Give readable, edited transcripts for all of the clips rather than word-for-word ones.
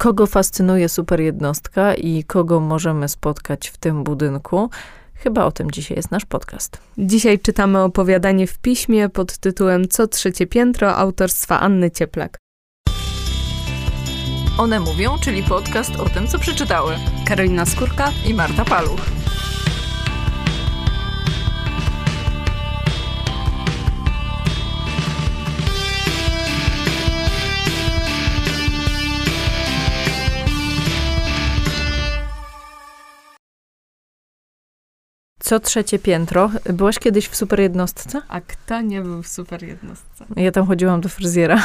Kogo fascynuje super jednostka i kogo możemy spotkać w tym budynku? Chyba o tym dzisiaj jest nasz podcast. Dzisiaj czytamy opowiadanie w piśmie pod tytułem Co trzecie piętro autorstwa Anny Cieplak. One mówią, czyli podcast o tym, co przeczytały. Karolina Skórka i Marta Paluch. Co trzecie piętro? Byłaś kiedyś w super jednostce? A kto nie był w super jednostce? Ja tam chodziłam do fryzjera.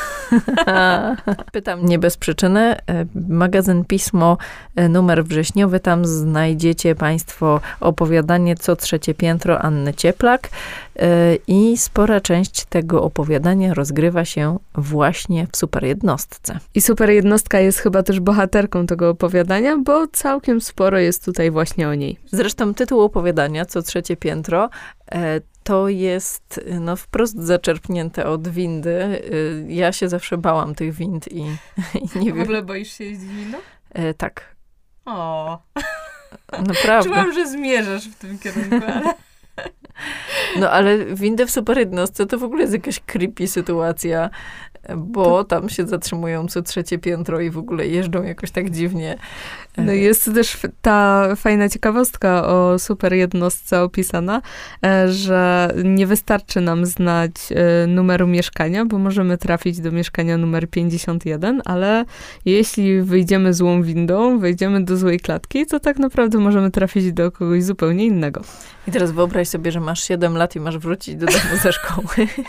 Pytam nie bez przyczyny. Magazyn Pismo, numer wrześniowy. Tam znajdziecie państwo opowiadanie Co trzecie piętro Anny Cieplak. I spora część tego opowiadania rozgrywa się właśnie w super jednostce. I super jednostka jest chyba też bohaterką tego opowiadania, bo całkiem sporo jest tutaj właśnie o niej. Zresztą tytuł opowiadania Co trzecie piętro to jest wprost zaczerpnięte od windy. Ja się zawsze bałam tych wind i nie wiem. W ogóle boisz się jeździć windą? Tak. O. Naprawdę. Czułam, że zmierzasz w tym kierunku, ale... No ale windy w super jednostce to w ogóle jest jakaś creepy sytuacja, bo tam się zatrzymują co trzecie piętro i w ogóle jeżdżą jakoś tak dziwnie. No jest też ta fajna ciekawostka o super jednostce opisana, że nie wystarczy nam znać numeru mieszkania, bo możemy trafić do mieszkania numer 51, ale jeśli wyjdziemy złą windą, wejdziemy do złej klatki, to tak naprawdę możemy trafić do kogoś zupełnie innego. I teraz wyobraź sobie, że masz 7 lat i masz wrócić do domu ze szkoły.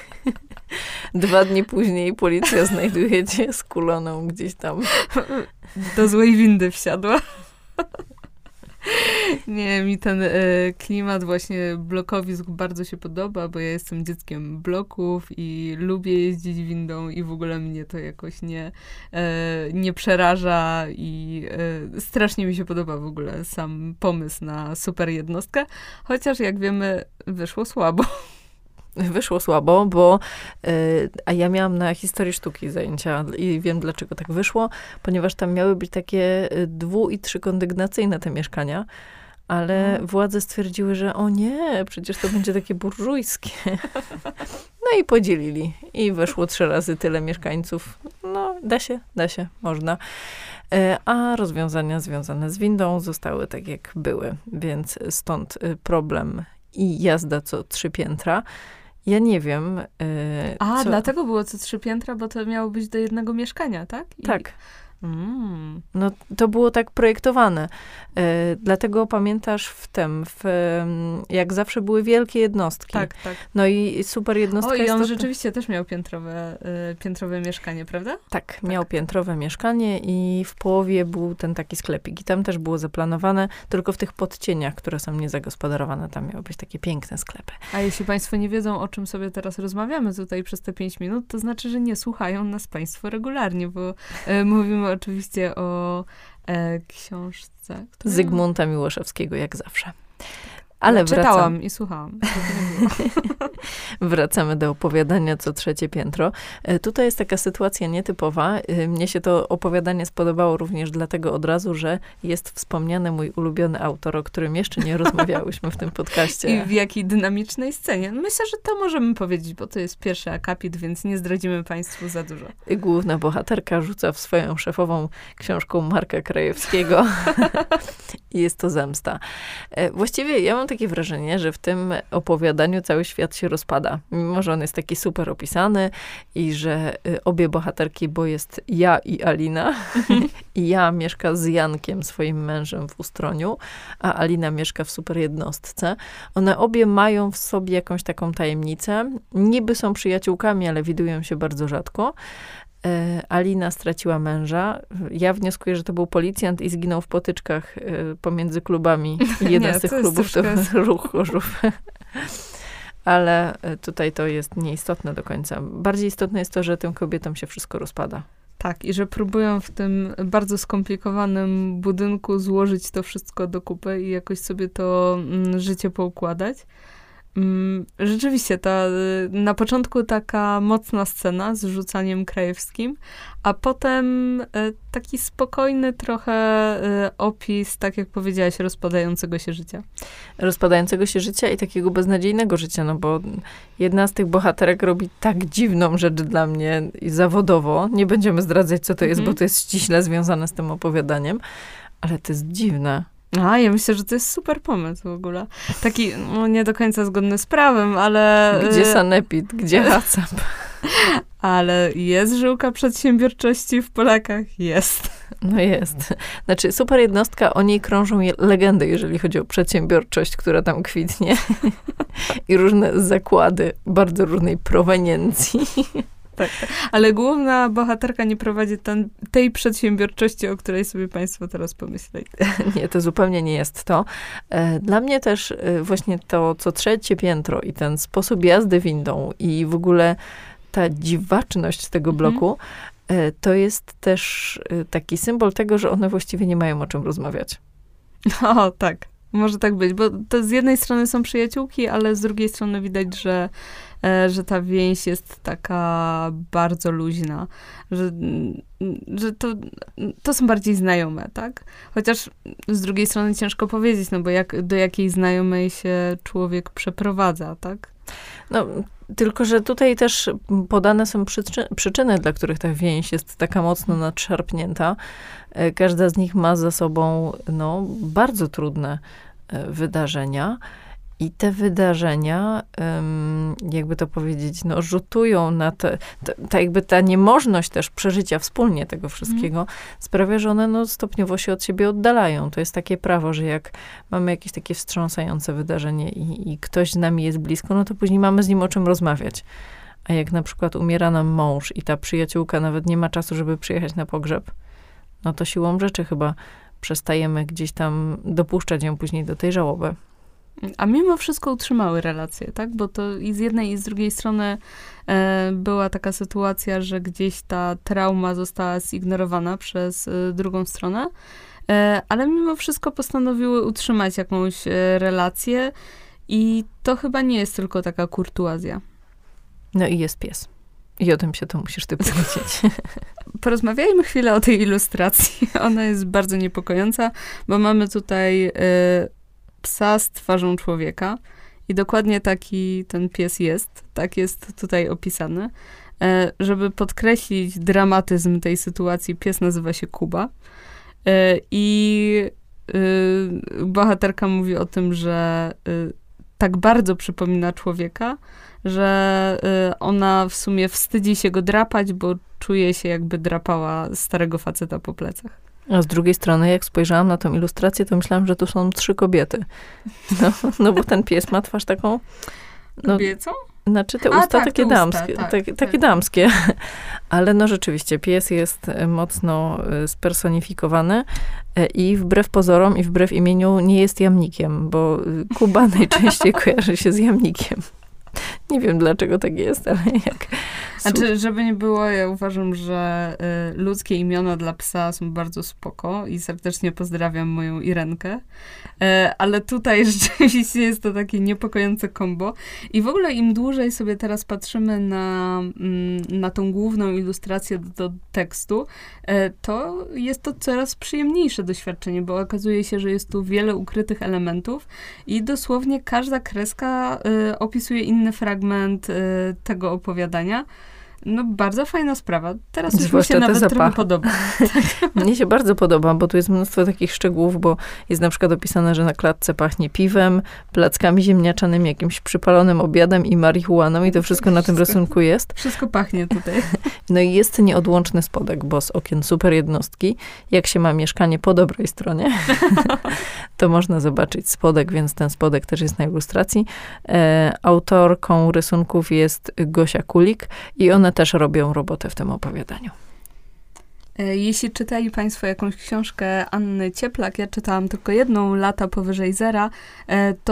2 dni później policja znajduje cię skuloną gdzieś tam. Do złej windy wsiadła. Nie, mi ten klimat właśnie blokowisk bardzo się podoba, bo ja jestem dzieckiem bloków i lubię jeździć windą i w ogóle mnie to jakoś nie przeraża i strasznie mi się podoba w ogóle sam pomysł na super jednostkę, chociaż jak wiemy, wyszło słabo. Wyszło słabo, bo a ja miałam na historii sztuki zajęcia i wiem, dlaczego tak wyszło, ponieważ tam miały być takie 2- i 3-kondygnacyjne te mieszkania, ale władze stwierdziły, że o nie, przecież to będzie takie burżujskie. No i podzielili. I weszło 3 razy tyle mieszkańców. No, da się, można. A rozwiązania związane z windą zostały tak, jak były. Więc stąd problem i jazda co 3 piętra. Ja nie wiem. Dlatego było co 3 piętra, bo to miało być do jednego mieszkania, tak? Tak. No, to było tak projektowane. Dlatego pamiętasz jak zawsze były wielkie jednostki. Tak. No i super jednostka i on rzeczywiście też miał piętrowe mieszkanie, prawda? Tak, miał piętrowe mieszkanie i w połowie był ten taki sklepik. I tam też było zaplanowane, tylko w tych podcieniach, które są niezagospodarowane, tam miały być takie piękne sklepy. A jeśli państwo nie wiedzą, o czym sobie teraz rozmawiamy tutaj przez te 5 minut, to znaczy, że nie słuchają nas państwo regularnie, bo mówimy oczywiście o książce. Zygmunta Miłoszewskiego, jak zawsze. Ale czytałam i słuchałam. Wracamy do opowiadania Co trzecie piętro. Tutaj jest taka sytuacja nietypowa. Mnie się to opowiadanie spodobało również dlatego od razu, że jest wspomniany mój ulubiony autor, o którym jeszcze nie rozmawiałyśmy w tym podcaście. I w jakiej dynamicznej scenie. Myślę, że to możemy powiedzieć, bo to jest pierwszy akapit, więc nie zdradzimy państwu za dużo. Główna bohaterka rzuca w swoją szefową książką Marka Krajewskiego. I jest to zemsta. Właściwie ja mam takie wrażenie, że w tym opowiadaniu cały świat się rozpada. Mimo że on jest taki super opisany i że obie bohaterki, bo jest ja i Alina. I ja mieszka z Jankiem, swoim mężem w Ustroniu, a Alina mieszka w super jednostce. One obie mają w sobie jakąś taką tajemnicę. Niby są przyjaciółkami, ale widują się bardzo rzadko. Alina straciła męża. Ja wnioskuję, że to był policjant i zginął w potyczkach pomiędzy klubami. Jeden z tych klubów to Ruch Chorzów. Ale tutaj to jest nieistotne do końca. Bardziej istotne jest to, że tym kobietom się wszystko rozpada. Tak, i że próbują w tym bardzo skomplikowanym budynku złożyć to wszystko do kupy i jakoś sobie to życie poukładać. Rzeczywiście, na początku taka mocna scena z rzucaniem Krajewskim, a potem taki spokojny trochę opis, tak jak powiedziałaś, rozpadającego się życia. Rozpadającego się życia i takiego beznadziejnego życia, no bo jedna z tych bohaterek robi tak dziwną rzecz dla mnie i zawodowo. Nie będziemy zdradzać, co to jest, bo to jest ściśle związane z tym opowiadaniem, ale to jest dziwne. Ja myślę, że to jest super pomysł w ogóle. Taki, nie do końca zgodny z prawem, ale... Gdzie sanepid, gdzie HACCP? Ale jest żyłka przedsiębiorczości w Polakach? Jest. No jest. Znaczy, super jednostka, o niej krążą legendy, jeżeli chodzi o przedsiębiorczość, która tam kwitnie. I różne zakłady bardzo różnej proweniencji. Tak. Ale główna bohaterka nie prowadzi tej przedsiębiorczości, o której sobie państwo teraz pomyśleli. Nie, to zupełnie nie jest to. Dla mnie też właśnie to, co trzecie piętro i ten sposób jazdy windą i w ogóle ta dziwaczność tego bloku, to jest też taki symbol tego, że one właściwie nie mają o czym rozmawiać. O, tak. Może tak być, bo to z jednej strony są przyjaciółki, ale z drugiej strony widać, że ta więź jest taka bardzo luźna, że to są bardziej znajome, tak? Chociaż z drugiej strony ciężko powiedzieć, no bo do jakiej znajomej się człowiek przeprowadza, tak? No, tylko że tutaj też podane są przyczyny, dla których ta więź jest taka mocno nadszarpnięta. Każda z nich ma za sobą, no, bardzo trudne wydarzenia. I te wydarzenia, jakby to powiedzieć, no, rzutują na jakby ta niemożność też przeżycia wspólnie tego wszystkiego sprawia, że one no, stopniowo się od siebie oddalają. To jest takie prawo, że jak mamy jakieś takie wstrząsające wydarzenie i ktoś z nami jest blisko, no to później mamy z nim o czym rozmawiać. A jak na przykład umiera nam mąż i ta przyjaciółka nawet nie ma czasu, żeby przyjechać na pogrzeb, no to siłą rzeczy chyba przestajemy gdzieś tam dopuszczać ją później do tej żałoby. A mimo wszystko utrzymały relacje, tak? Bo to i z jednej i z drugiej strony była taka sytuacja, że gdzieś ta trauma została zignorowana przez drugą stronę, ale mimo wszystko postanowiły utrzymać jakąś relację i to chyba nie jest tylko taka kurtuazja. No i jest pies. I o tym się to musisz ty powiedzieć. Porozmawiajmy chwilę o tej ilustracji. Ona jest bardzo niepokojąca, bo mamy tutaj psa z twarzą człowieka i dokładnie taki ten pies jest. Tak jest tutaj opisany. Żeby podkreślić dramatyzm tej sytuacji, pies nazywa się Kuba. I bohaterka mówi o tym, że tak bardzo przypomina człowieka, że ona w sumie wstydzi się go drapać, bo czuje się, jakby drapała starego faceta po plecach. A z drugiej strony, jak spojrzałam na tą ilustrację, to myślałam, że tu są 3 kobiety. No bo ten pies ma twarz taką... No, kobiecą? Znaczy te usta tak, takie te damskie. Usta, takie damskie. Ale no rzeczywiście, pies jest mocno spersonifikowany i wbrew pozorom i wbrew imieniu nie jest jamnikiem, bo Kuba najczęściej kojarzy się z jamnikiem. Nie wiem, dlaczego tak jest, ale jak... Znaczy, żeby nie było, ja uważam, że ludzkie imiona dla psa są bardzo spoko i serdecznie pozdrawiam moją Irenkę. Ale tutaj rzeczywiście jest to takie niepokojące kombo. I w ogóle im dłużej sobie teraz patrzymy na tą główną ilustrację do tekstu, to jest to coraz przyjemniejsze doświadczenie, bo okazuje się, że jest tu wiele ukrytych elementów i dosłownie każda kreska opisuje inny fragment tego opowiadania. No, bardzo fajna sprawa. Teraz już mi się nawet trochę podoba. Mnie się bardzo podoba, bo tu jest mnóstwo takich szczegółów, bo jest na przykład opisane, że na klatce pachnie piwem, plackami ziemniaczanymi, jakimś przypalonym obiadem i marihuaną i to wszystko na tym rysunku jest. Wszystko pachnie tutaj. No i jest nieodłączny spodek, bo z okien super jednostki, jak się ma mieszkanie po dobrej stronie, to można zobaczyć spodek, więc ten spodek też jest na ilustracji. Autorką rysunków jest Gosia Kulik i ona też robią robotę w tym opowiadaniu. Jeśli czytali państwo jakąś książkę Anny Cieplak, ja czytałam tylko jedną, Lata powyżej zera, to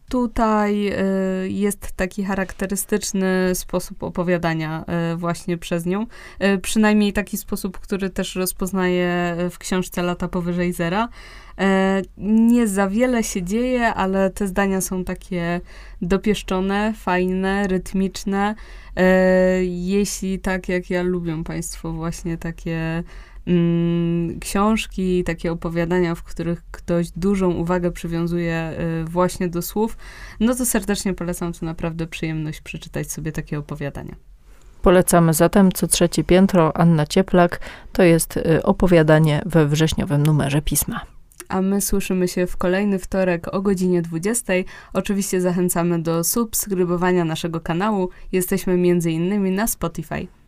tutaj jest taki charakterystyczny sposób opowiadania właśnie przez nią. Przynajmniej taki sposób, który też rozpoznaję w książce Lata powyżej zera. Nie za wiele się dzieje, ale te zdania są takie dopieszczone, fajne, rytmiczne. Jeśli tak jak ja lubią Państwo właśnie takie książki, takie opowiadania, w których ktoś dużą uwagę przywiązuje właśnie do słów, no to serdecznie polecam, to naprawdę przyjemność przeczytać sobie takie opowiadania. Polecamy zatem Co trzecie piętro, Anna Cieplak. To jest opowiadanie we wrześniowym numerze Pisma. A my słyszymy się w kolejny wtorek o godzinie 20. Oczywiście zachęcamy do subskrybowania naszego kanału. Jesteśmy m.in. na Spotify.